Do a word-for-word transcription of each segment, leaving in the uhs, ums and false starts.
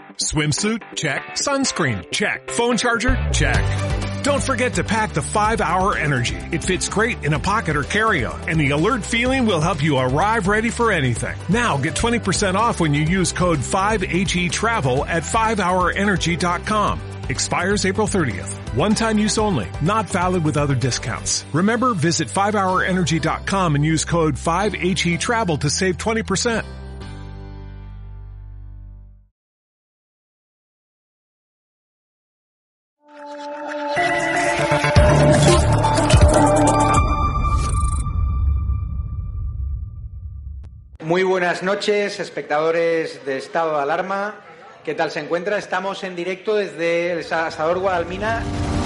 Swimsuit? Check. Sunscreen? Check. Phone charger? Check. Don't forget to pack the five hour Energy. It fits great in a pocket or carry-on, and the alert feeling will help you arrive ready for anything. Now get twenty percent off when you use code five H E travel at five hour energy dot com. Expires April thirtieth. One-time use only. Not valid with other discounts. Remember, visit five hour energy dot com and use code five H E travel to save twenty percent. Muy buenas noches, espectadores de Estado de Alarma. ¿Qué tal se encuentra? Estamos en directo desde el Asador Guadalmina.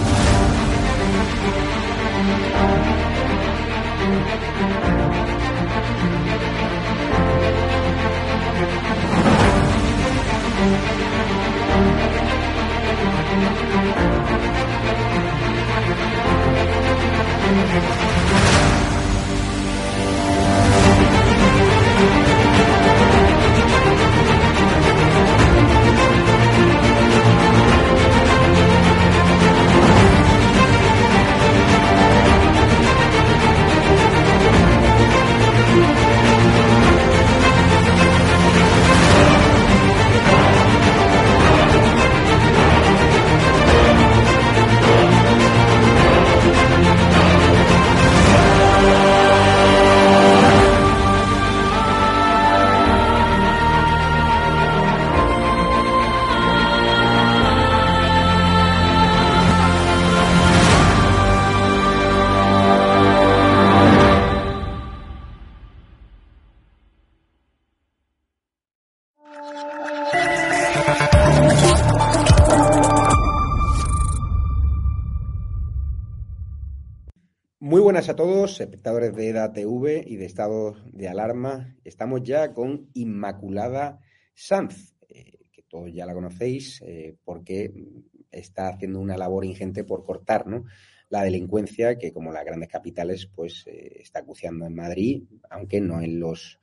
Muy buenas a todos, espectadores de EDA T V y de Estado de Alarma. Estamos ya con Inmaculada Sanz, eh, que todos ya la conocéis, eh, porque está haciendo una labor ingente por cortar, ¿no?, la delincuencia que, como las grandes capitales, pues eh, está acuciando en Madrid, aunque no en los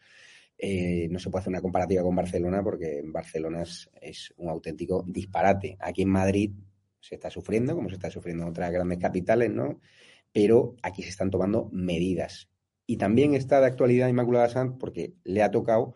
eh, no se puede hacer una comparativa con Barcelona, porque en Barcelona es, es un auténtico disparate. Aquí en Madrid se está sufriendo, como se está sufriendo en otras grandes capitales, ¿no?, pero aquí se están tomando medidas. Y también está de actualidad Inmaculada Sanz porque le ha tocado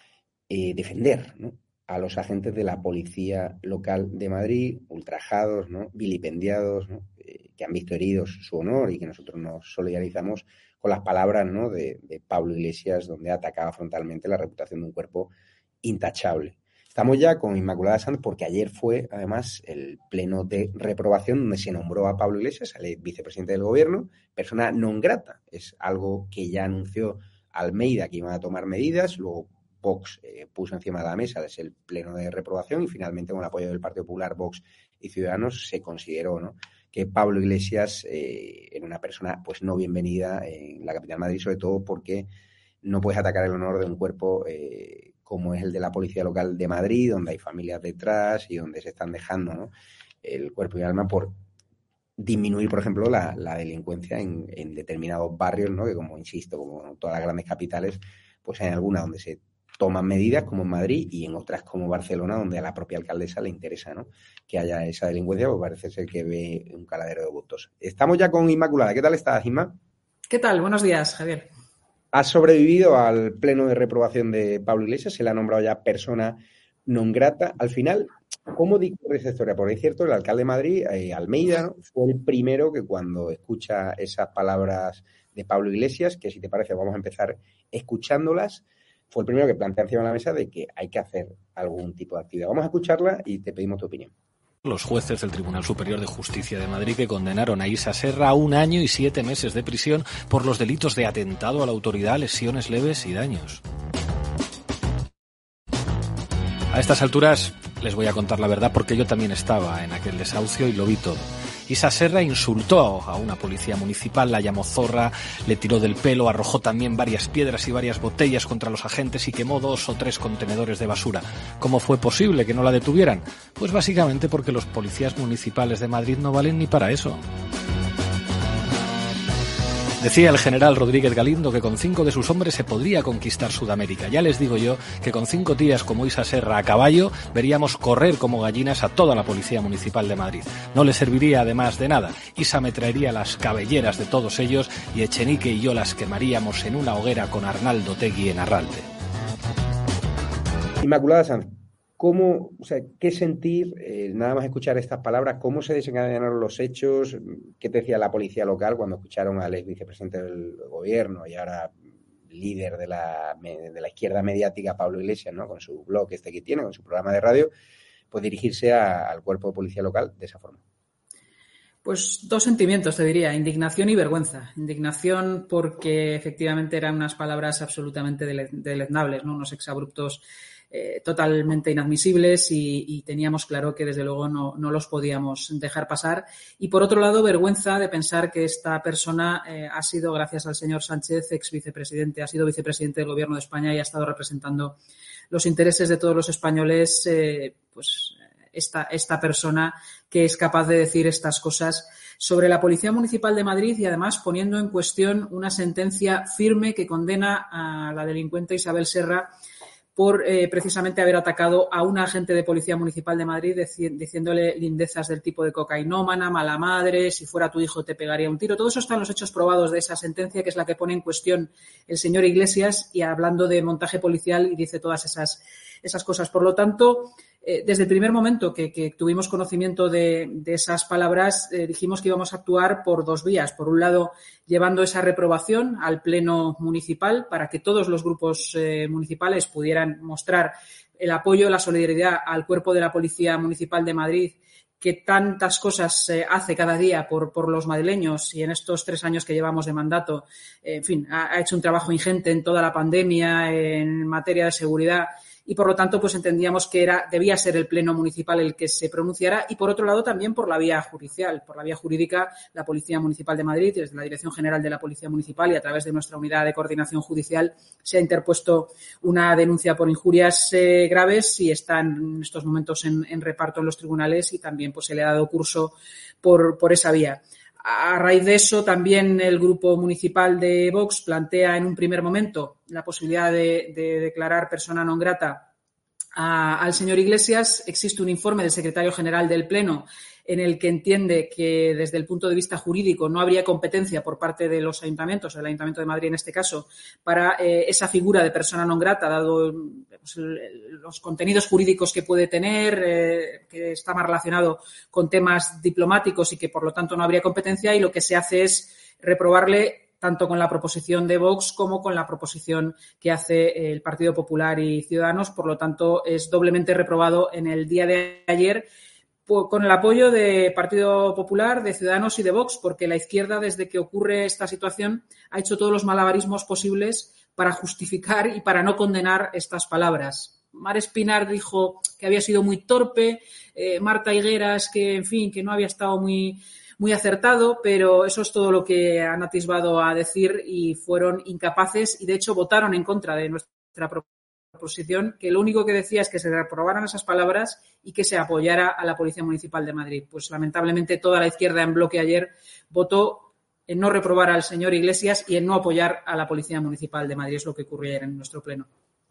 eh, defender, ¿no?, a los agentes de la policía local de Madrid, ultrajados, ¿no?, vilipendiados, ¿no?, eh, que han visto heridos su honor y que nosotros nos solidarizamos con las palabras, ¿no?, de, de Pablo Iglesias, donde atacaba frontalmente la reputación de un cuerpo intachable. Estamos ya con Inmaculada Sanz porque ayer fue, además, el pleno de reprobación donde se nombró a Pablo Iglesias, el vicepresidente del gobierno, persona non grata. Es algo que ya anunció Almeida, que iban a tomar medidas, luego Vox eh, puso encima de la mesa desde el pleno de reprobación y finalmente, con el apoyo del Partido Popular, Vox y Ciudadanos, se consideró, ¿no?, que Pablo Iglesias eh, era una persona pues no bienvenida en la capital de Madrid, sobre todo porque no puedes atacar el honor de un cuerpo eh, como es el de la Policía Local de Madrid, donde hay familias detrás y donde se están dejando, ¿no?, el cuerpo y el alma por disminuir, por ejemplo, la, la delincuencia en, en determinados barrios, ¿no?, que, como insisto, como en todas las grandes capitales, pues hay algunas donde se toman medidas, como en Madrid, y en otras como Barcelona, donde a la propia alcaldesa le interesa, ¿no?, que haya esa delincuencia, pues parece ser que ve un caladero de votos. Estamos ya con Inmaculada. ¿Qué tal estás, Inma? ¿Qué tal? Buenos días, Javier. Ha sobrevivido al pleno de reprobación de Pablo Iglesias, se le ha nombrado ya persona non grata. Al final, ¿cómo discurre esa historia? Porque es cierto, el alcalde de Madrid, eh, Almeida, ¿no?, fue el primero que, cuando escucha esas palabras de Pablo Iglesias, que si te parece vamos a empezar escuchándolas, fue el primero que plantea encima de la mesa de que hay que hacer algún tipo de actividad. Vamos a escucharla y te pedimos tu opinión. Los jueces del Tribunal Superior de Justicia de Madrid que condenaron a Isa Serra a un año y siete meses de prisión por los delitos de atentado a la autoridad, lesiones leves y daños. A estas alturas les voy a contar la verdad porque yo también estaba en aquel desahucio y lo vi todo. Isa Serra insultó a una policía municipal, la llamó zorra, le tiró del pelo, arrojó también varias piedras y varias botellas contra los agentes y quemó dos o tres contenedores de basura. ¿Cómo fue posible que no la detuvieran? Pues básicamente porque los policías municipales de Madrid no valen ni para eso. Decía el general Rodríguez Galindo que con cinco de sus hombres se podría conquistar Sudamérica. Ya les digo yo que con cinco tías como Isa Serra a caballo veríamos correr como gallinas a toda la Policía Municipal de Madrid. No les serviría además de nada. Isa me traería las cabelleras de todos ellos y Echenique y yo las quemaríamos en una hoguera con Arnaldo Otegui en Arralde. Inmaculada Sanz, ¿cómo, o sea, qué sentir, eh, nada más escuchar estas palabras, cómo se desencadenaron los hechos? ¿Qué te decía la policía local cuando escucharon al ex vicepresidente del gobierno y ahora líder de la, de la izquierda mediática, Pablo Iglesias, ¿no?, con su blog este que tiene, con su programa de radio, pues dirigirse a, al cuerpo de policía local de esa forma? Pues dos sentimientos, te diría, indignación y vergüenza. Indignación porque efectivamente eran unas palabras absolutamente deleznables, ¿no?, unos exabruptos Eh, totalmente inadmisibles y, y teníamos claro que desde luego no, no los podíamos dejar pasar. Y por otro lado, vergüenza de pensar que esta persona eh, ha sido, gracias al señor Sánchez, ex vicepresidente, ha sido vicepresidente del Gobierno de España y ha estado representando los intereses de todos los españoles, eh, pues esta, esta persona que es capaz de decir estas cosas sobre la Policía Municipal de Madrid y además poniendo en cuestión una sentencia firme que condena a la delincuente Isabel Serra por eh, precisamente haber atacado a un agente de Policía Municipal de Madrid dici- diciéndole lindezas del tipo de cocainómana, mala madre, si fuera tu hijo te pegaría un tiro. Todo eso está en los hechos probados de esa sentencia, que es la que pone en cuestión el señor Iglesias, y hablando de montaje policial y dice todas esas, esas cosas. Por lo tanto, eh, desde el primer momento que, que tuvimos conocimiento de, de esas palabras, eh, dijimos que íbamos a actuar por dos vías. Por un lado, llevando esa reprobación al Pleno Municipal para que todos los grupos eh, municipales pudieran mostrar el apoyo, la solidaridad al cuerpo de la Policía Municipal de Madrid, que tantas cosas eh, hace cada día por, por los madrileños y en estos tres años que llevamos de mandato, eh, en fin, ha, ha hecho un trabajo ingente en toda la pandemia, en materia de seguridad. Y por lo tanto, pues entendíamos que era debía ser el Pleno Municipal el que se pronunciara y por otro lado también por la vía judicial, por la vía jurídica, la Policía Municipal de Madrid, desde la Dirección General de la Policía Municipal y a través de nuestra unidad de coordinación judicial se ha interpuesto una denuncia por injurias eh, graves y está en estos momentos en, en reparto en los tribunales y también pues se le ha dado curso por, por esa vía. A raíz de eso, también el Grupo Municipal de Vox plantea en un primer momento la posibilidad de, de declarar persona non grata a, al señor Iglesias. Existe un informe del secretario general del Pleno en el que entiende que desde el punto de vista jurídico no habría competencia por parte de los ayuntamientos, del Ayuntamiento de Madrid en este caso, para eh, esa figura de persona non grata, dado pues, el, los contenidos jurídicos que puede tener, eh, que está más relacionado con temas diplomáticos y que por lo tanto no habría competencia, y lo que se hace es reprobarle tanto con la proposición de Vox como con la proposición que hace el Partido Popular y Ciudadanos. Por lo tanto, es doblemente reprobado en el día de ayer con el apoyo de Partido Popular, de Ciudadanos y de Vox, porque la izquierda, desde que ocurre esta situación, ha hecho todos los malabarismos posibles para justificar y para no condenar estas palabras. Mar Espinar dijo que había sido muy torpe, eh, Marta Higueras que, en fin, que no había estado muy, muy acertado, pero eso es todo lo que han atisbado a decir y fueron incapaces y, de hecho, votaron en contra de nuestra proposición. Proposición que lo único que decía es que se reprobaran esas palabras y que se apoyara a la Policía Municipal de Madrid. Pues lamentablemente toda la izquierda en bloque ayer votó en no reprobar al señor Iglesias y en no apoyar a la Policía Municipal de Madrid. Es lo que ocurrió ayer en nuestro pleno.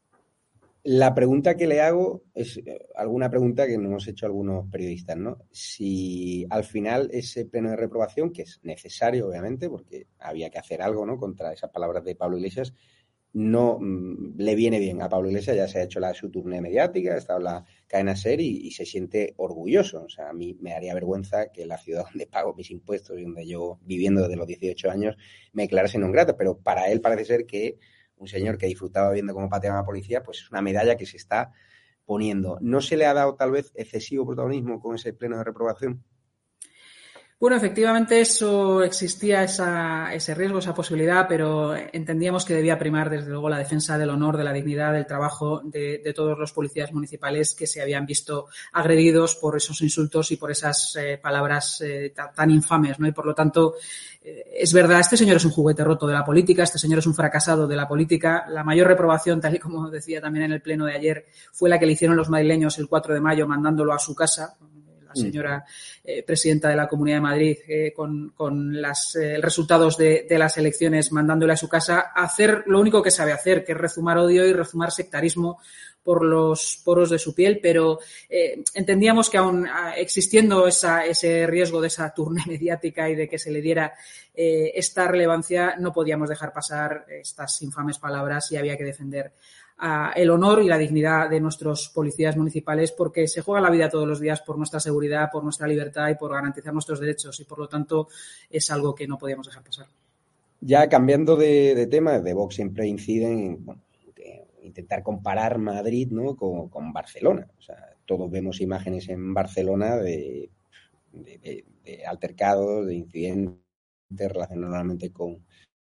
La pregunta que le hago es alguna pregunta que nos hemos hecho algunos periodistas, ¿no? Si al final ese pleno de reprobación, que es necesario obviamente porque había que hacer algo, ¿no?, contra esas palabras de Pablo Iglesias, no mmm, le viene bien a Pablo Iglesias. Ya se ha hecho la su turné mediática, ha estado en la cadena SER y, y se siente orgulloso. O sea, a mí me haría vergüenza que la ciudad donde pago mis impuestos y donde llevo viviendo desde los dieciocho años me declarase non grata, pero para él parece ser que un señor que disfrutaba viendo cómo pateaba a la policía, pues es una medalla que se está poniendo. ¿No se le ha dado tal vez excesivo protagonismo con ese pleno de reprobación? Bueno, efectivamente eso existía, esa, ese riesgo, esa posibilidad, pero entendíamos que debía primar desde luego la defensa del honor, de la dignidad, del trabajo de, de todos los policías municipales que se habían visto agredidos por esos insultos y por esas eh, palabras eh, tan, tan infames, ¿no? Y por lo tanto, eh, es verdad, este señor es un juguete roto de la política, este señor es un fracasado de la política. La mayor reprobación, tal y como decía también en el pleno de ayer, fue la que le hicieron los madrileños el cuatro de mayo mandándolo a su casa. la señora eh, presidenta de la Comunidad de Madrid, eh, con, con las eh, resultados de, de las elecciones mandándole a su casa a hacer lo único que sabe hacer, que es rezumar odio y rezumar sectarismo por los poros de su piel, pero eh, entendíamos que aún existiendo esa, ese riesgo de esa tournée mediática y de que se le diera eh, esta relevancia, no podíamos dejar pasar estas infames palabras y había que defender a el honor y la dignidad de nuestros policías municipales, porque se juega la vida todos los días por nuestra seguridad, por nuestra libertad y por garantizar nuestros derechos, y por lo tanto es algo que no podíamos dejar pasar. Ya cambiando de, de tema, de Vox siempre inciden en bueno, intentar comparar Madrid, ¿no?, con, con Barcelona. O sea, todos vemos imágenes en Barcelona de, de, de, de altercados, de incidentes relacionados normalmente con,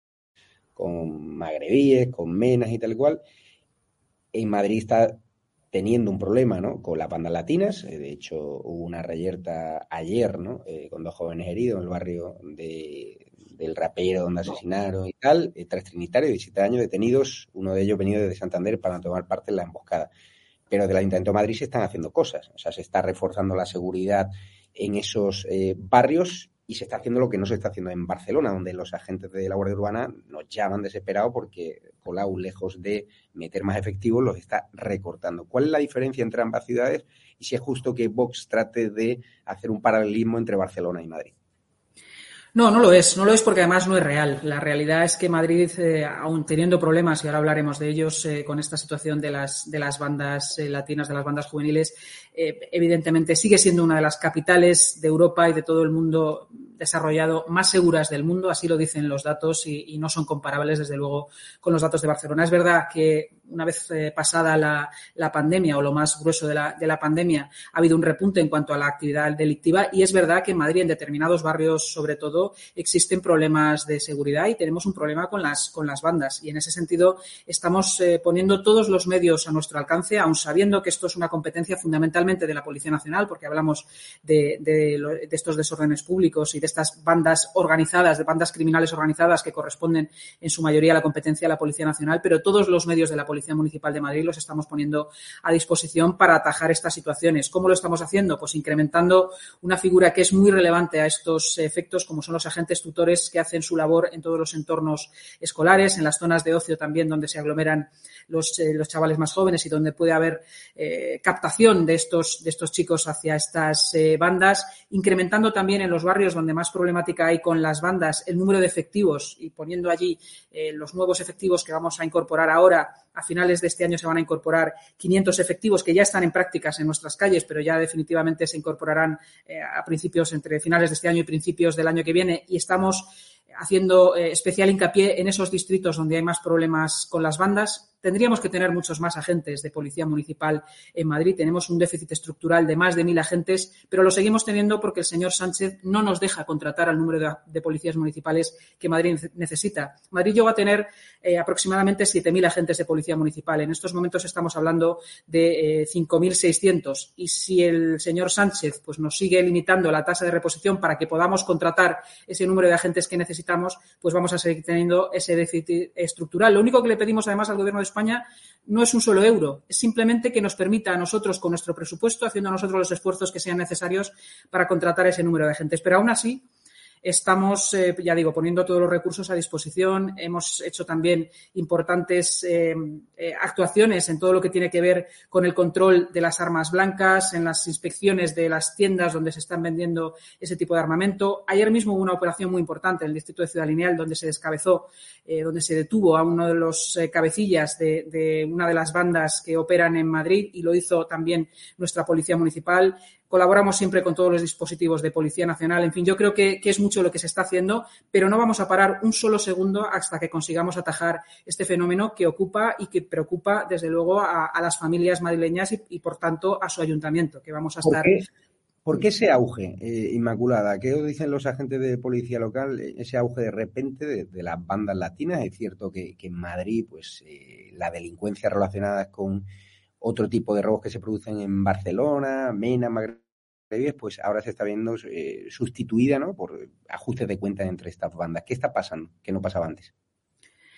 con magrebíes, con menas y tal cual. En Madrid está teniendo un problema, ¿no?, con las bandas latinas. De hecho, hubo una reyerta ayer, ¿no?, eh, con dos jóvenes heridos en el barrio de, del Rapero, donde asesinaron y tal. Eh, tres trinitarios de diecisiete años detenidos, uno de ellos venido desde Santander para tomar parte en la emboscada. Pero del Ayuntamiento de Madrid se están haciendo cosas. O sea, se está reforzando la seguridad en esos eh, barrios y se está haciendo lo que no se está haciendo en Barcelona, donde los agentes de la Guardia Urbana nos llaman desesperados porque Colau, lejos de meter más efectivos, los está recortando. ¿Cuál es la diferencia entre ambas ciudades y si es justo que Vox trate de hacer un paralelismo entre Barcelona y Madrid? No, no lo es, no lo es porque además no es real. La realidad es que Madrid, eh, aun teniendo problemas, y ahora hablaremos de ellos, eh, con esta situación de las, de las bandas eh, latinas, de las bandas juveniles, eh, evidentemente sigue siendo una de las capitales de Europa y de todo el mundo desarrollado más seguras del mundo, así lo dicen los datos y, y no son comparables, desde luego, con los datos de Barcelona. Es verdad que una vez eh, pasada la, la pandemia o lo más grueso de la, de la pandemia, ha habido un repunte en cuanto a la actividad delictiva y es verdad que en Madrid, en determinados barrios, sobre todo, existen problemas de seguridad y tenemos un problema con las, con las bandas. Y en ese sentido estamos eh, poniendo todos los medios a nuestro alcance, aun sabiendo que esto es una competencia fundamentalmente de la Policía Nacional, porque hablamos de, de, de estos desórdenes públicos y de estas bandas organizadas, de bandas criminales organizadas que corresponden en su mayoría a la competencia de la Policía Nacional, pero todos los medios de la Policía Municipal de Madrid los estamos poniendo a disposición para atajar estas situaciones. ¿Cómo lo estamos haciendo? Pues incrementando una figura que es muy relevante a estos efectos, como son los agentes tutores que hacen su labor en todos los entornos escolares, en las zonas de ocio también donde se aglomeran los, eh, los chavales más jóvenes y donde puede haber eh, captación de estos, de estos chicos hacia estas eh, bandas, incrementando también en los barrios donde más problemática hay con las bandas el número de efectivos y poniendo allí eh, los nuevos efectivos que vamos a incorporar ahora. A finales de este año se van a incorporar quinientos efectivos que ya están en prácticas en nuestras calles, pero ya definitivamente se incorporarán eh, a principios, entre finales de este año y principios del año que viene, y estamos haciendo eh, especial hincapié en esos distritos donde hay más problemas con las bandas. Tendríamos que tener muchos más agentes de policía municipal en Madrid. Tenemos un déficit estructural de más de mil agentes, pero lo seguimos teniendo porque el señor Sánchez no nos deja contratar al número de, de policías municipales que Madrid necesita. Madrid llegó a tener eh, aproximadamente siete mil agentes de policía municipal. En estos momentos estamos hablando de eh, cinco mil seiscientos. Y si el señor Sánchez pues, nos sigue limitando la tasa de reposición para que podamos contratar ese número de agentes que necesitamos, pues vamos a seguir teniendo ese déficit estructural. Lo único que le pedimos además al Gobierno de España no es un solo euro, es simplemente que nos permita a nosotros, con nuestro presupuesto, haciendo nosotros los esfuerzos que sean necesarios para contratar ese número de agentes. Pero aún así, estamos, eh, ya digo, poniendo todos los recursos a disposición. Hemos hecho también importantes eh, eh, actuaciones en todo lo que tiene que ver con el control de las armas blancas, en las inspecciones de las tiendas donde se están vendiendo ese tipo de armamento. Ayer mismo hubo una operación muy importante en el distrito de Ciudad Lineal donde se descabezó, eh, donde se detuvo a uno de los eh, cabecillas de, de una de las bandas que operan en Madrid y lo hizo también nuestra Policía Municipal. Colaboramos siempre con todos los dispositivos de Policía Nacional. En fin, yo creo que, que es mucho lo que se está haciendo, pero no vamos a parar un solo segundo hasta que consigamos atajar este fenómeno que ocupa y que preocupa, desde luego, a, a las familias madrileñas y, y, por tanto, a su ayuntamiento, que vamos a estar... ¿Por qué, ¿Por qué ese auge, eh, Inmaculada? ¿Qué os dicen los agentes de policía local? Ese auge de repente de, de las bandas latinas. Es cierto que, que en Madrid, pues, eh, la delincuencia relacionada con otro tipo de robos que se producen en Barcelona, Mena, Magre... pues ahora se está viendo eh, sustituida, ¿no?, por ajustes de cuentas entre estas bandas. ¿Qué está pasando? ¿Qué no pasaba antes?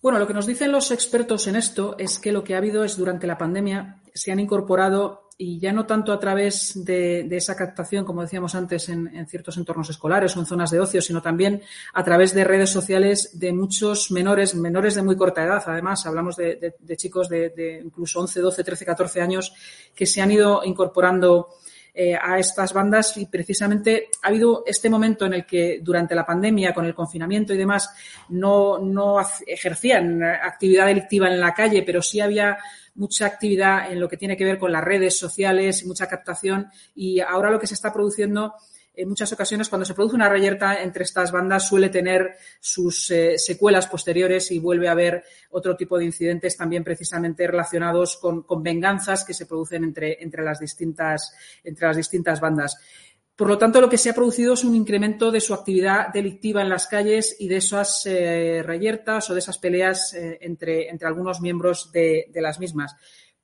Bueno, lo que nos dicen los expertos en esto es que lo que ha habido es durante la pandemia se han incorporado, y ya no tanto a través de, de esa captación, como decíamos antes, en, en ciertos entornos escolares o en zonas de ocio, sino también a través de redes sociales de muchos menores, menores de muy corta edad. Además, hablamos de, de, de chicos de, de incluso once, doce, trece, catorce años que se han ido incorporando Eh, a estas bandas, y precisamente ha habido este momento en el que durante la pandemia, con el confinamiento y demás, no, no ejercían actividad delictiva en la calle, pero sí había mucha actividad en lo que tiene que ver con las redes sociales, mucha captación, y ahora lo que se está produciendo en muchas ocasiones, cuando se produce una reyerta entre estas bandas, suele tener sus eh, secuelas posteriores y vuelve a haber otro tipo de incidentes también precisamente relacionados con, con venganzas que se producen entre, entre, las distintas, entre las distintas bandas. Por lo tanto, lo que se ha producido es un incremento de su actividad delictiva en las calles y de esas eh, reyertas o de esas peleas eh, entre, entre algunos miembros de, de las mismas.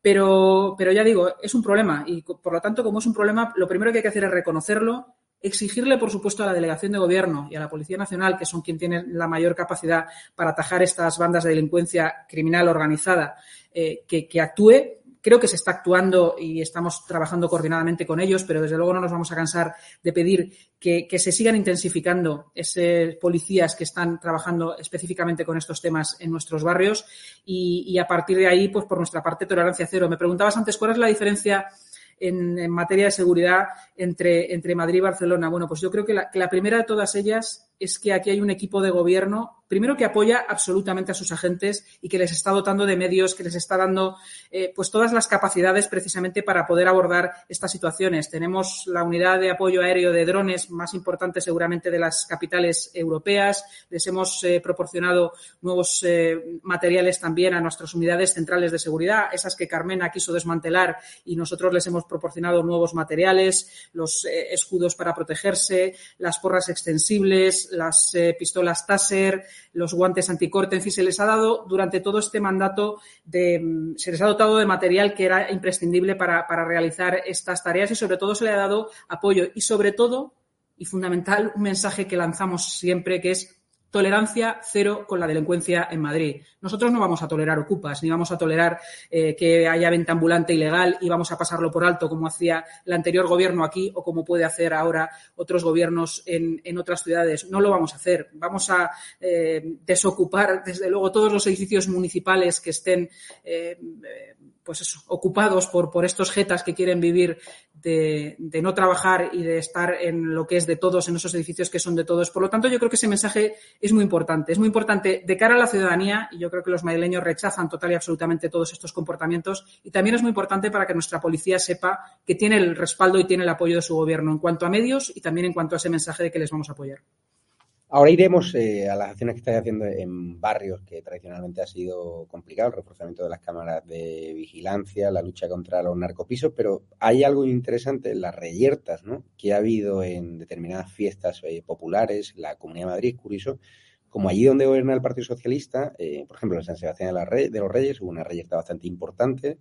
Pero, pero ya digo, es un problema y, por lo tanto, como es un problema, lo primero que hay que hacer es reconocerlo, exigirle, por supuesto, a la Delegación de Gobierno y a la Policía Nacional, que son quien tienen la mayor capacidad para atajar estas bandas de delincuencia criminal organizada, eh, que, que actúe. Creo que se está actuando y estamos trabajando coordinadamente con ellos, pero desde luego no nos vamos a cansar de pedir que, que se sigan intensificando esos policías que están trabajando específicamente con estos temas en nuestros barrios y, y a partir de ahí, pues por nuestra parte, tolerancia cero. Me preguntabas antes cuál es la diferencia en, en materia de seguridad entre, entre Madrid y Barcelona. Bueno, pues yo creo que la, que la primera de todas ellas es que aquí hay un equipo de gobierno, primero, que apoya absolutamente a sus agentes y que les está dotando de medios, que les está dando eh, pues todas las capacidades precisamente para poder abordar estas situaciones. Tenemos la unidad de apoyo aéreo de drones más importante seguramente de las capitales europeas. Les hemos eh, proporcionado nuevos eh, materiales también a nuestras unidades centrales de seguridad, esas que Carmena quiso desmantelar, y nosotros les hemos proporcionado nuevos materiales, los eh, escudos para protegerse, las porras extensibles, las eh, pistolas Taser, los guantes anticorte. En fin, se les ha dado durante todo este mandato, de, se les ha dotado de material que era imprescindible para, para realizar estas tareas y sobre todo se le ha dado apoyo y sobre todo, y fundamental, un mensaje que lanzamos siempre, que es tolerancia cero con la delincuencia en Madrid. Nosotros no vamos a tolerar ocupas, ni vamos a tolerar eh, que haya venta ambulante ilegal y vamos a pasarlo por alto como hacía el anterior gobierno aquí o como puede hacer ahora otros gobiernos en, en otras ciudades. No lo vamos a hacer. Vamos a eh, desocupar, desde luego, todos los edificios municipales que estén eh, pues eso, ocupados por, por estos jetas que quieren vivir de, de no trabajar y de estar en lo que es de todos, en esos edificios que son de todos. Por lo tanto, yo creo que ese mensaje es muy importante. Es muy importante de cara a la ciudadanía, y yo creo que los madrileños rechazan total y absolutamente todos estos comportamientos, y también es muy importante para que nuestra policía sepa que tiene el respaldo y tiene el apoyo de su gobierno en cuanto a medios y también en cuanto a ese mensaje de que les vamos a apoyar. Ahora iremos eh, a las acciones que estáis haciendo en barrios que tradicionalmente ha sido complicado, el reforzamiento de las cámaras de vigilancia, la lucha contra los narcopisos, pero hay algo interesante en las reyertas, ¿no?, que ha habido en determinadas fiestas eh, populares, la Comunidad de Madrid, curioso, como allí donde gobierna el Partido Socialista, eh, por ejemplo, en San Sebastián de, la Re- de los Reyes hubo una reyerta bastante importante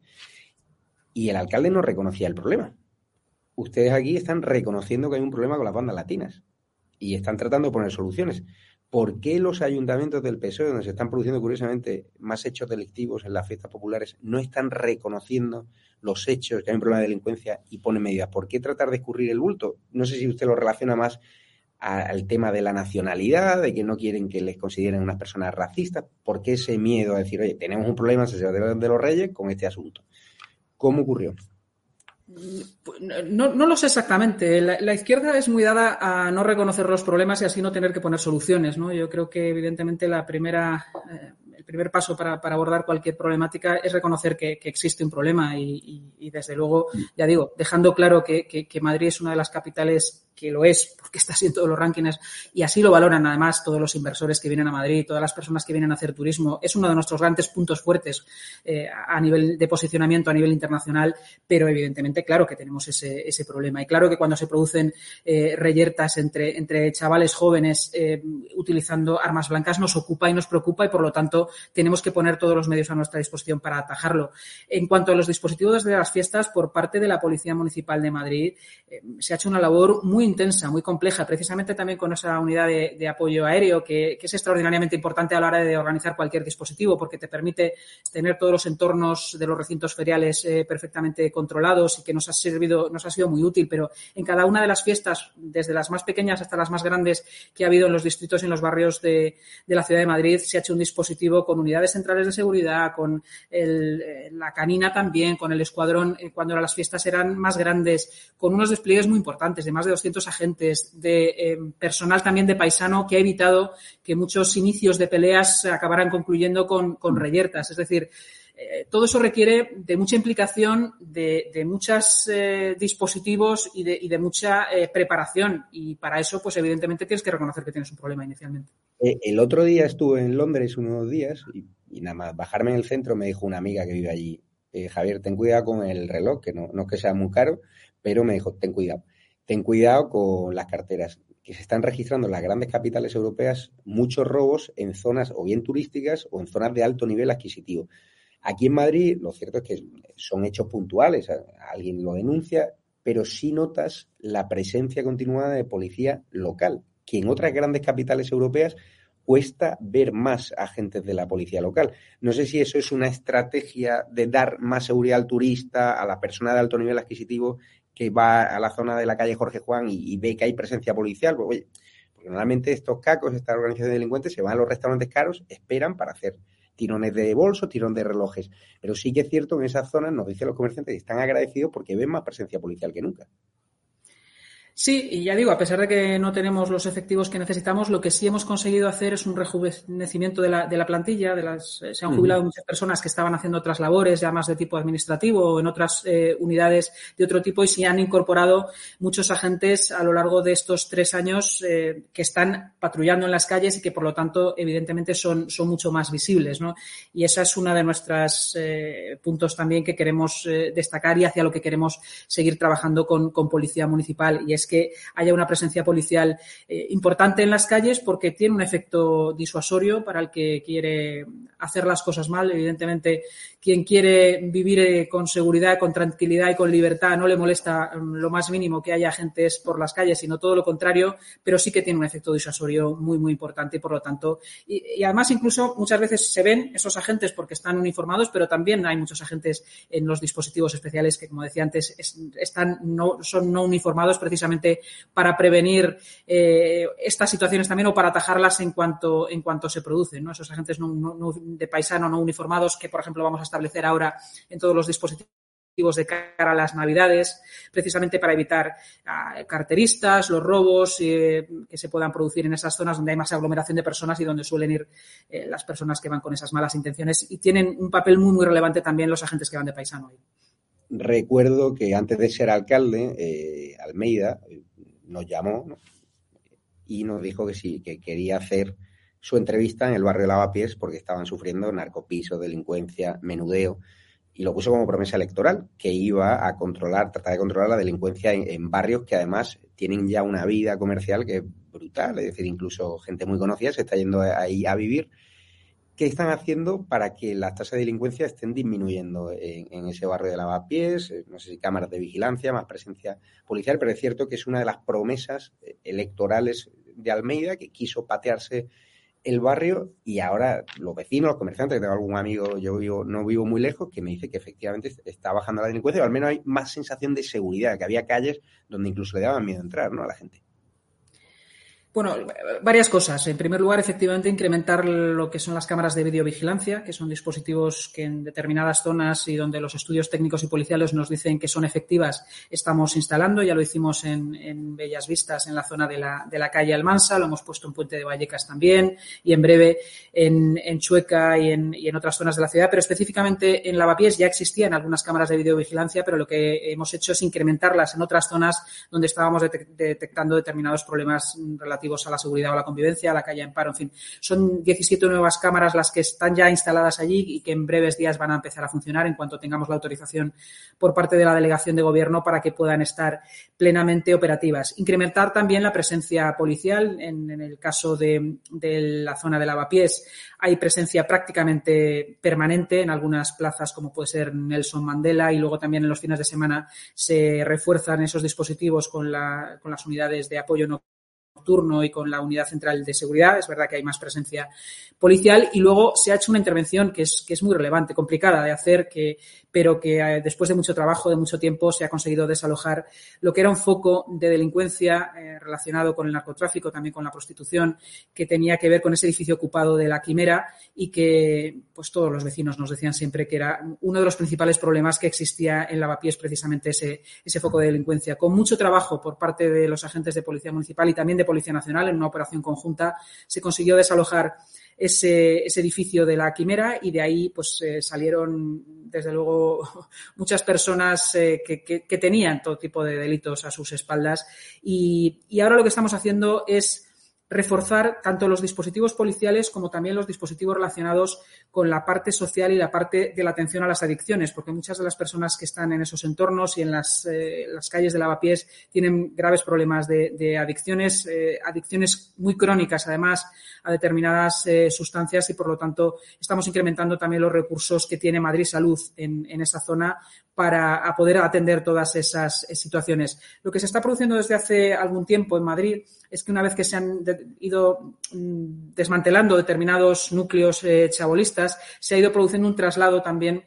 y el alcalde no reconocía el problema. Ustedes aquí están reconociendo que hay un problema con las bandas latinas y están tratando de poner soluciones. ¿Por qué los ayuntamientos del P S O E, donde se están produciendo curiosamente más hechos delictivos en las fiestas populares, no están reconociendo los hechos, que hay un problema de delincuencia y ponen medidas? ¿Por qué tratar de escurrir el bulto? No sé si usted lo relaciona más a, al tema de la nacionalidad, de que no quieren que les consideren unas personas racistas. ¿Por qué ese miedo a decir, oye, tenemos un problema en San Sebastián de los Reyes con este asunto? ¿Cómo ocurrió? No, no lo sé exactamente. La, la izquierda es muy dada a no reconocer los problemas y así no tener que poner soluciones, ¿no? Yo creo que, evidentemente, la primera, eh, el primer paso para, para abordar cualquier problemática es reconocer que, que existe un problema y, y, y, desde luego, ya digo, dejando claro que, que, que Madrid es una de las capitales que lo es, porque está así en todos los rankings, y así lo valoran además todos los inversores que vienen a Madrid, todas las personas que vienen a hacer turismo. Es uno de nuestros grandes puntos fuertes eh, a nivel de posicionamiento a nivel internacional, pero evidentemente, claro que tenemos ese, ese problema. Y claro que cuando se producen eh, reyertas entre, entre chavales jóvenes eh, utilizando armas blancas, nos ocupa y nos preocupa, y por lo tanto tenemos que poner todos los medios a nuestra disposición para atajarlo. En cuanto a los dispositivos de las fiestas, por parte de la Policía Municipal de Madrid, eh, se ha hecho una labor muy intensa, muy compleja, precisamente también con esa unidad de, de apoyo aéreo que, que es extraordinariamente importante a la hora de organizar cualquier dispositivo porque te permite tener todos los entornos de los recintos feriales eh, perfectamente controlados y que nos ha servido, nos ha sido muy útil, pero en cada una de las fiestas, desde las más pequeñas hasta las más grandes que ha habido en los distritos y en los barrios de, de la ciudad de Madrid, se ha hecho un dispositivo con unidades centrales de seguridad, con el, la canina también, con el escuadrón, eh, cuando las fiestas eran más grandes, con unos despliegues muy importantes de más de doscientos agentes, de eh, personal también de paisano que ha evitado que muchos inicios de peleas acabaran concluyendo con, con reyertas. Es decir, eh, todo eso requiere de mucha implicación, de, de muchos eh, dispositivos y de, y de mucha eh, preparación. Y para eso, pues evidentemente tienes que reconocer que tienes un problema inicialmente. Eh, el otro día estuve en Londres unos días y, y nada más bajarme en el centro me dijo una amiga que vive allí, eh, Javier, ten cuidado con el reloj, que no, no es que sea muy caro, pero me dijo, ten cuidado. Ten cuidado con las carteras, que se están registrando en las grandes capitales europeas muchos robos en zonas o bien turísticas o en zonas de alto nivel adquisitivo. Aquí en Madrid, lo cierto es que son hechos puntuales, alguien lo denuncia, pero sí notas la presencia continuada de policía local, que en otras grandes capitales europeas cuesta ver más agentes de la policía local. No sé si eso es una estrategia de dar más seguridad al turista, a la persona de alto nivel adquisitivo que va a la zona de la calle Jorge Juan y, y ve que hay presencia policial. Pues, oye, porque normalmente estos cacos, estas organizaciones de delincuentes, se van a los restaurantes caros, esperan para hacer tirones de bolsos, tirones de relojes. Pero sí que es cierto que en esas zonas, nos dicen los comerciantes, están agradecidos porque ven más presencia policial que nunca. Sí, y ya digo, a pesar de que no tenemos los efectivos que necesitamos, lo que sí hemos conseguido hacer es un rejuvenecimiento de la, de la plantilla. De las, eh, se han jubilado uh-huh. muchas personas que estaban haciendo otras labores, ya más de tipo administrativo o en otras eh, unidades de otro tipo, y se han incorporado muchos agentes a lo largo de estos tres años eh, que están patrullando en las calles y que, por lo tanto, evidentemente son, son mucho más visibles, ¿no? Y esa es una de nuestros eh, puntos también que queremos eh, destacar y hacia lo que queremos seguir trabajando con, con Policía Municipal, y es que haya una presencia policial eh, importante en las calles porque tiene un efecto disuasorio para el que quiere hacer las cosas mal. Evidentemente, quien quiere vivir eh, con seguridad, con tranquilidad y con libertad no le molesta um, lo más mínimo que haya agentes por las calles, sino todo lo contrario, pero sí que tiene un efecto disuasorio muy, muy importante y, por lo tanto, y, y además incluso muchas veces se ven esos agentes porque están uniformados, pero también hay muchos agentes en los dispositivos especiales que, como decía antes, es, están no, son no uniformados precisamente para prevenir eh, estas situaciones también o para atajarlas en cuanto en cuanto se producen, ¿no? Esos agentes no, no, no, de paisano no uniformados que, por ejemplo, vamos a establecer ahora en todos los dispositivos de cara a las Navidades, precisamente para evitar uh, carteristas, los robos eh, que se puedan producir en esas zonas donde hay más aglomeración de personas y donde suelen ir eh, las personas que van con esas malas intenciones, y tienen un papel muy, muy relevante también los agentes que van de paisano ahí. Recuerdo que antes de ser alcalde, eh, Almeida nos llamó, ¿no? Y nos dijo que sí, que quería hacer su entrevista en el barrio de Lavapiés porque estaban sufriendo narcopiso, delincuencia, menudeo, y lo puso como promesa electoral, que iba a controlar, tratar de controlar la delincuencia en, en barrios que además tienen ya una vida comercial que es brutal, es decir, incluso gente muy conocida se está yendo ahí a vivir. ¿Qué están haciendo para que las tasas de delincuencia estén disminuyendo en, en ese barrio de Lavapiés? No sé si cámaras de vigilancia, más presencia policial, pero es cierto que es una de las promesas electorales de Almeida, que quiso patearse el barrio, y ahora los vecinos, los comerciantes, que tengo algún amigo, yo vivo, no vivo muy lejos, que me dice que efectivamente está bajando la delincuencia, o al menos hay más sensación de seguridad, que había calles donde incluso le daban miedo entrar, ¿no?, a la gente. Bueno, varias cosas. En primer lugar, efectivamente, incrementar lo que son las cámaras de videovigilancia, que son dispositivos que en determinadas zonas y donde los estudios técnicos y policiales nos dicen que son efectivas, estamos instalando. Ya lo hicimos en, en Bellas Vistas, en la zona de la, de la calle Almansa, lo hemos puesto en Puente de Vallecas también, y en breve en, en Chueca y en, y en otras zonas de la ciudad. Pero específicamente en Lavapiés ya existían algunas cámaras de videovigilancia, pero lo que hemos hecho es incrementarlas en otras zonas donde estábamos detectando determinados problemas relativos relativos a la seguridad o la convivencia, a la calle Amparo, en fin. Son diecisiete nuevas cámaras las que están ya instaladas allí y que en breves días van a empezar a funcionar en cuanto tengamos la autorización por parte de la delegación de gobierno para que puedan estar plenamente operativas. Incrementar también la presencia policial. En, en el caso de, de la zona de Lavapiés hay presencia prácticamente permanente en algunas plazas como puede ser Nelson Mandela, y luego también en los fines de semana se refuerzan esos dispositivos con, la, con las unidades de apoyo nocturno y con la unidad central de seguridad. Es verdad que hay más presencia policial y luego se ha hecho una intervención que es, que es muy relevante, complicada de hacer, que, pero que eh, después de mucho trabajo, de mucho tiempo, se ha conseguido desalojar lo que era un foco de delincuencia eh, relacionado con el narcotráfico, también con la prostitución, que tenía que ver con ese edificio ocupado de La Quimera y que pues todos los vecinos nos decían siempre que era uno de los principales problemas que existía en Lavapiés, precisamente ese, ese foco de delincuencia. Con mucho trabajo por parte de los agentes de Policía Municipal y también de Policía Nacional, en una operación conjunta, se consiguió desalojar ese, ese edificio de La Quimera y de ahí pues eh, salieron desde luego muchas personas eh, que, que, que tenían todo tipo de delitos a sus espaldas y, y ahora lo que estamos haciendo es reforzar tanto los dispositivos policiales como también los dispositivos relacionados con la parte social y la parte de la atención a las adicciones, porque muchas de las personas que están en esos entornos y en las, eh, las calles de Lavapiés tienen graves problemas de, de adicciones, eh, adicciones muy crónicas además a determinadas eh, sustancias y por lo tanto estamos incrementando también los recursos que tiene Madrid Salud en, en esa zona para a poder atender todas esas situaciones. Lo que se está produciendo desde hace algún tiempo en Madrid es que una vez que se han de, ido mm, desmantelando determinados núcleos eh, chabolistas, se ha ido produciendo un traslado también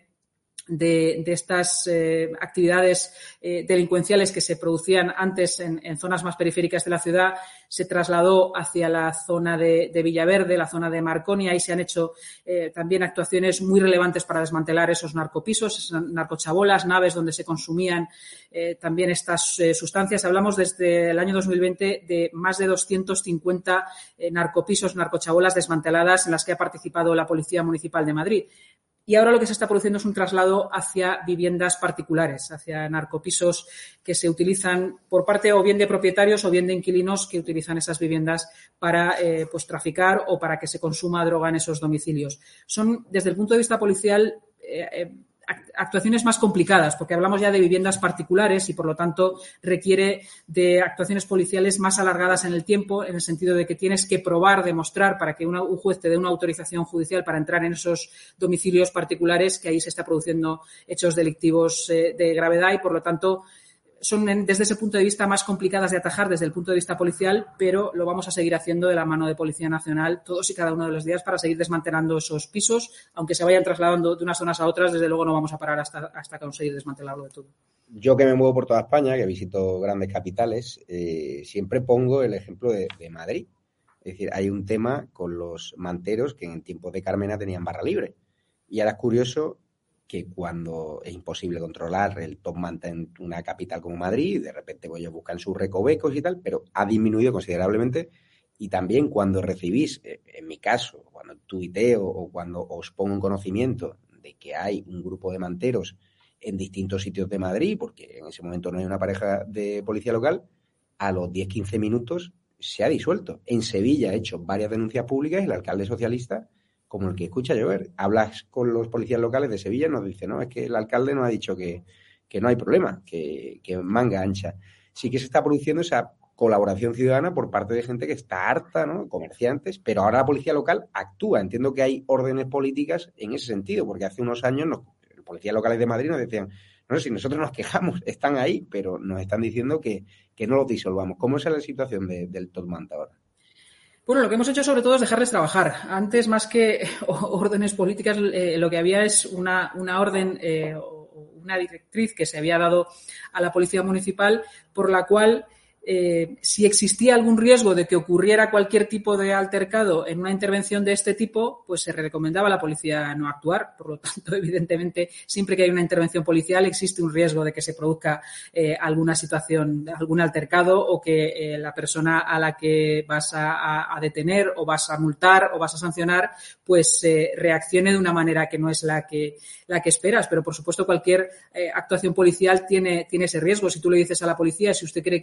de, de estas eh, actividades eh, delincuenciales que se producían antes en, en zonas más periféricas de la ciudad, se trasladó hacia la zona de, de Villaverde, la zona de Marconia, y se han hecho eh, también actuaciones muy relevantes para desmantelar esos narcopisos, esas narcochabolas, naves donde se consumían eh, también estas eh, sustancias. Hablamos desde el año dos mil veinte de más de doscientos cincuenta eh, narcopisos, narcochabolas desmanteladas en las que ha participado la Policía Municipal de Madrid. Y ahora lo que se está produciendo es un traslado hacia viviendas particulares, hacia narcopisos que se utilizan por parte o bien de propietarios o bien de inquilinos que utilizan esas viviendas para eh, pues traficar o para que se consuma droga en esos domicilios. Son, desde el punto de vista policial, eh, eh, actuaciones más complicadas, porque hablamos ya de viviendas particulares y, por lo tanto, requiere de actuaciones policiales más alargadas en el tiempo, en el sentido de que tienes que probar, demostrar, para que una, un juez te dé una autorización judicial para entrar en esos domicilios particulares, que ahí se está produciendo hechos delictivos eh, de gravedad y, por lo tanto, son desde ese punto de vista más complicadas de atajar desde el punto de vista policial, pero lo vamos a seguir haciendo de la mano de Policía Nacional todos y cada uno de los días para seguir desmantelando esos pisos, aunque se vayan trasladando de unas zonas a otras, desde luego no vamos a parar hasta, hasta conseguir desmantelarlo de todo. Yo que me muevo por toda España, que visito grandes capitales, eh, siempre pongo el ejemplo de, de Madrid. Es decir, hay un tema con los manteros que en tiempos de Carmena tenían barra libre. Y ahora es curioso que cuando es imposible controlar el top manta en una capital como Madrid, de repente pues, ellos buscan sus recovecos y tal, pero ha disminuido considerablemente. Y también cuando recibís, en mi caso, cuando tuiteo o cuando os pongo en conocimiento de que hay un grupo de manteros en distintos sitios de Madrid, porque en ese momento no hay una pareja de policía local, a los diez a quince minutos se ha disuelto. En Sevilla ha hecho varias denuncias públicas y el alcalde socialista, como el que escucha llover, hablas con los policías locales de Sevilla y nos dice, no, es que el alcalde nos ha dicho que, que no hay problema, que, que manga ancha. Sí que se está produciendo esa colaboración ciudadana por parte de gente que está harta, ¿no? Comerciantes, pero ahora la policía local actúa. Entiendo que hay órdenes políticas en ese sentido, porque hace unos años nos, los policías locales de Madrid nos decían, no sé, si nosotros nos quejamos, están ahí, pero nos están diciendo que, que no los disolvamos. ¿Cómo es la situación de, del top manta ahora? Bueno, lo que hemos hecho sobre todo es dejarles trabajar. Antes, más que órdenes políticas, eh, lo que había es una, una orden eh, o una directriz que se había dado a la Policía Municipal por la cual eh, si existía algún riesgo de que ocurriera cualquier tipo de altercado en una intervención de este tipo, pues se recomendaba a la policía no actuar. Por lo tanto, evidentemente, siempre que hay una intervención policial existe un riesgo de que se produzca eh, alguna situación, algún altercado o que eh, la persona a la que vas a, a, a detener o vas a multar o vas a sancionar, pues eh, reaccione de una manera que no es la que, la que esperas. Pero, por supuesto, cualquier eh, actuación policial tiene, tiene ese riesgo. Si tú le dices a la policía, si usted cree que existe el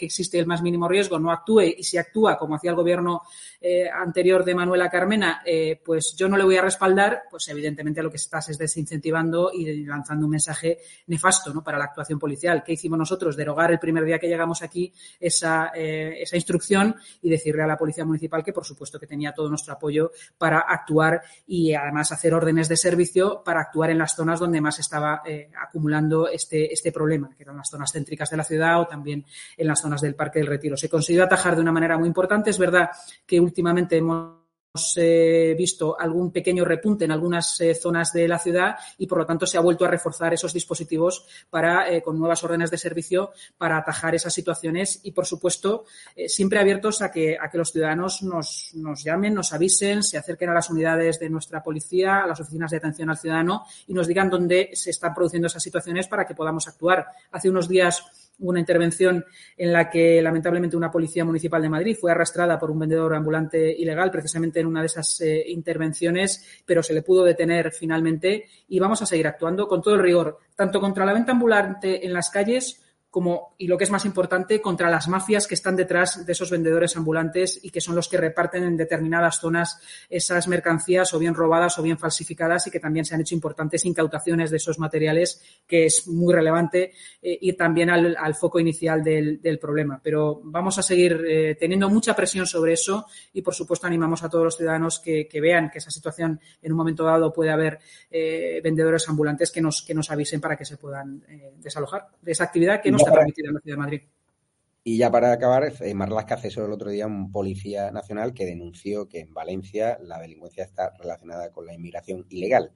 más mínimo riesgo no actúe, y si actúa, como hacía el gobierno eh, anterior de Manuela Carmena, eh, pues yo no le voy a respaldar, pues evidentemente lo que estás es desincentivando y lanzando un mensaje nefasto, ¿no?, para la actuación policial. ¿Qué hicimos nosotros? Derogar el primer día que llegamos aquí esa, eh, esa instrucción y decirle a la Policía Municipal que, por supuesto, que tenía todo nuestro apoyo para actuar y, además, hacer órdenes de servicio para actuar en las zonas donde más estaba eh, acumulando este, este problema, que eran las zonas céntricas de la ciudad o también en las zonas del Parque del Retiro. Se consiguió atajar de una manera muy importante. Es verdad que últimamente hemos Hemos eh, visto algún pequeño repunte en algunas eh, zonas de la ciudad y, por lo tanto, se ha vuelto a reforzar esos dispositivos para, eh, con nuevas órdenes de servicio para atajar esas situaciones y, por supuesto, eh, siempre abiertos a que, a que los ciudadanos nos, nos llamen, nos avisen, se acerquen a las unidades de nuestra policía, a las oficinas de atención al ciudadano y nos digan dónde se están produciendo esas situaciones para que podamos actuar. Hace unos días hubo una intervención en la que, lamentablemente, una policía municipal de Madrid fue arrastrada por un vendedor ambulante ilegal, precisamente en una de esas eh, intervenciones, pero se le pudo detener finalmente y vamos a seguir actuando con todo el rigor, tanto contra la venta ambulante en las calles como, y lo que es más importante, contra las mafias que están detrás de esos vendedores ambulantes y que son los que reparten en determinadas zonas esas mercancías o bien robadas o bien falsificadas y que también se han hecho importantes incautaciones de esos materiales, que es muy relevante, eh, ir también al, al foco inicial del, del problema. Pero vamos a seguir eh, teniendo mucha presión sobre eso y, por supuesto, animamos a todos los ciudadanos que, que vean que esa situación en un momento dado puede haber eh, vendedores ambulantes que nos, que nos avisen para que se puedan eh, desalojar de esa actividad que no está permitida en la ciudad de Madrid. Y ya para acabar, eh, Marlaska cesó el otro día un policía nacional que denunció que en Valencia la delincuencia está relacionada con la inmigración ilegal.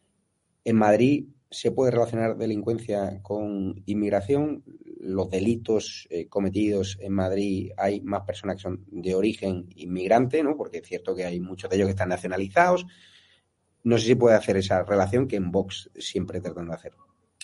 En Madrid se puede relacionar delincuencia con inmigración. Los delitos eh, cometidos en Madrid, hay más personas que son de origen inmigrante, ¿no? Porque es cierto que hay muchos de ellos que están nacionalizados. No sé si puede hacer esa relación que en Vox siempre tratan de hacer.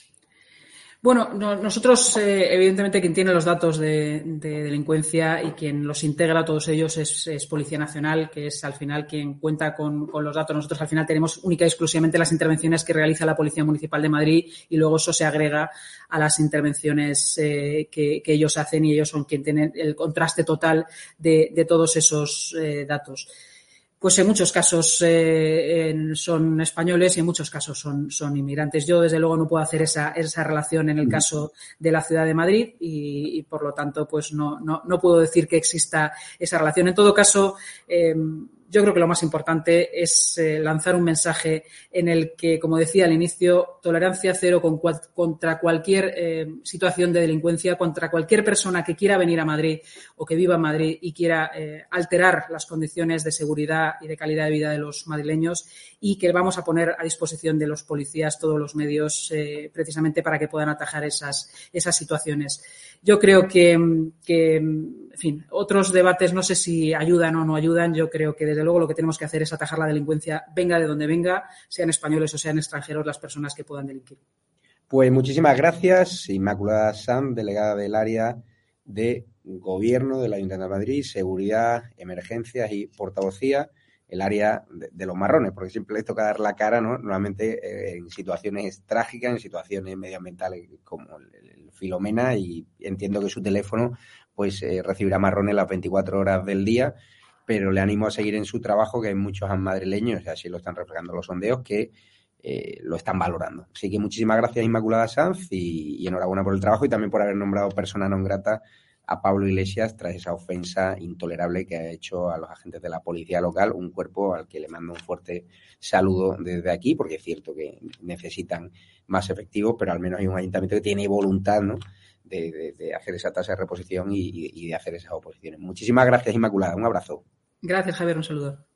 Bueno, no, nosotros, eh, evidentemente, quien tiene los datos de, de delincuencia y quien los integra a todos ellos es, es Policía Nacional, que es al final quien cuenta con, con los datos. Nosotros al final tenemos única y exclusivamente las intervenciones que realiza la Policía Municipal de Madrid y luego eso se agrega a las intervenciones eh, que, que ellos hacen y ellos son quien tienen el contraste total de, de todos esos eh, datos. Pues en muchos casos eh, en, son españoles y en muchos casos son, son inmigrantes. Yo, desde luego, no puedo hacer esa, esa relación en el caso de la ciudad de Madrid y, y por lo tanto, pues no, no, no puedo decir que exista esa relación. En todo caso, eh, yo creo que lo más importante es eh, lanzar un mensaje en el que, como decía al inicio, tolerancia cero con cual, contra cualquier eh, situación de delincuencia, contra cualquier persona que quiera venir a Madrid o que viva en Madrid y quiera eh, alterar las condiciones de seguridad y de calidad de vida de los madrileños, y que vamos a poner a disposición de los policías todos los medios eh, precisamente para que puedan atajar esas, esas situaciones. Yo creo que, que, en fin, otros debates no sé si ayudan o no ayudan. Yo creo que, desde luego, lo que tenemos que hacer es atajar la delincuencia, venga de donde venga, sean españoles o sean extranjeros las personas que puedan delinquir. Pues muchísimas gracias, Inmaculada Sanz, delegada del área de Gobierno del Ayuntamiento de Madrid, Seguridad, Emergencias y Portavocía, el área de, de los marrones, porque siempre les toca dar la cara, ¿no? Normalmente eh, en situaciones trágicas, en situaciones medioambientales como el, el Filomena, y entiendo que su teléfono pues eh, recibirá marrones las veinticuatro horas del día, pero le animo a seguir en su trabajo, que hay muchos madrileños, y así lo están reflejando los sondeos, que eh, lo están valorando. Así que muchísimas gracias, Inmaculada Sanz, y, y enhorabuena por el trabajo y también por haber nombrado persona non grata a Pablo Iglesias tras esa ofensa intolerable que ha hecho a los agentes de la policía local, un cuerpo al que le mando un fuerte saludo desde aquí, porque es cierto que necesitan más efectivos, pero al menos hay un ayuntamiento que tiene voluntad, ¿no?, de, de, de hacer esa tasa de reposición y, y de hacer esas oposiciones. Muchísimas gracias, Inmaculada. Un abrazo. Gracias, Javier. Un saludo.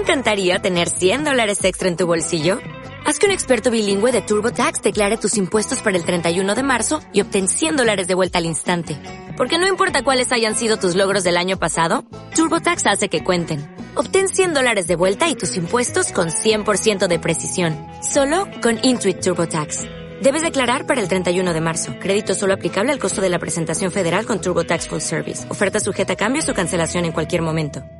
encantaría tener cien dólares extra en tu bolsillo? Haz que un experto bilingüe de TurboTax declare tus impuestos para el treinta y uno de marzo y obtén cien dólares de vuelta al instante. Porque no importa cuáles hayan sido tus logros del año pasado, TurboTax hace que cuenten. Obtén cien dólares de vuelta y tus impuestos con cien por ciento de precisión. Solo con Intuit TurboTax. Debes declarar para el treinta y uno de marzo. Crédito solo aplicable al costo de la presentación federal con TurboTax Full Service. Oferta sujeta a cambios o cancelación en cualquier momento.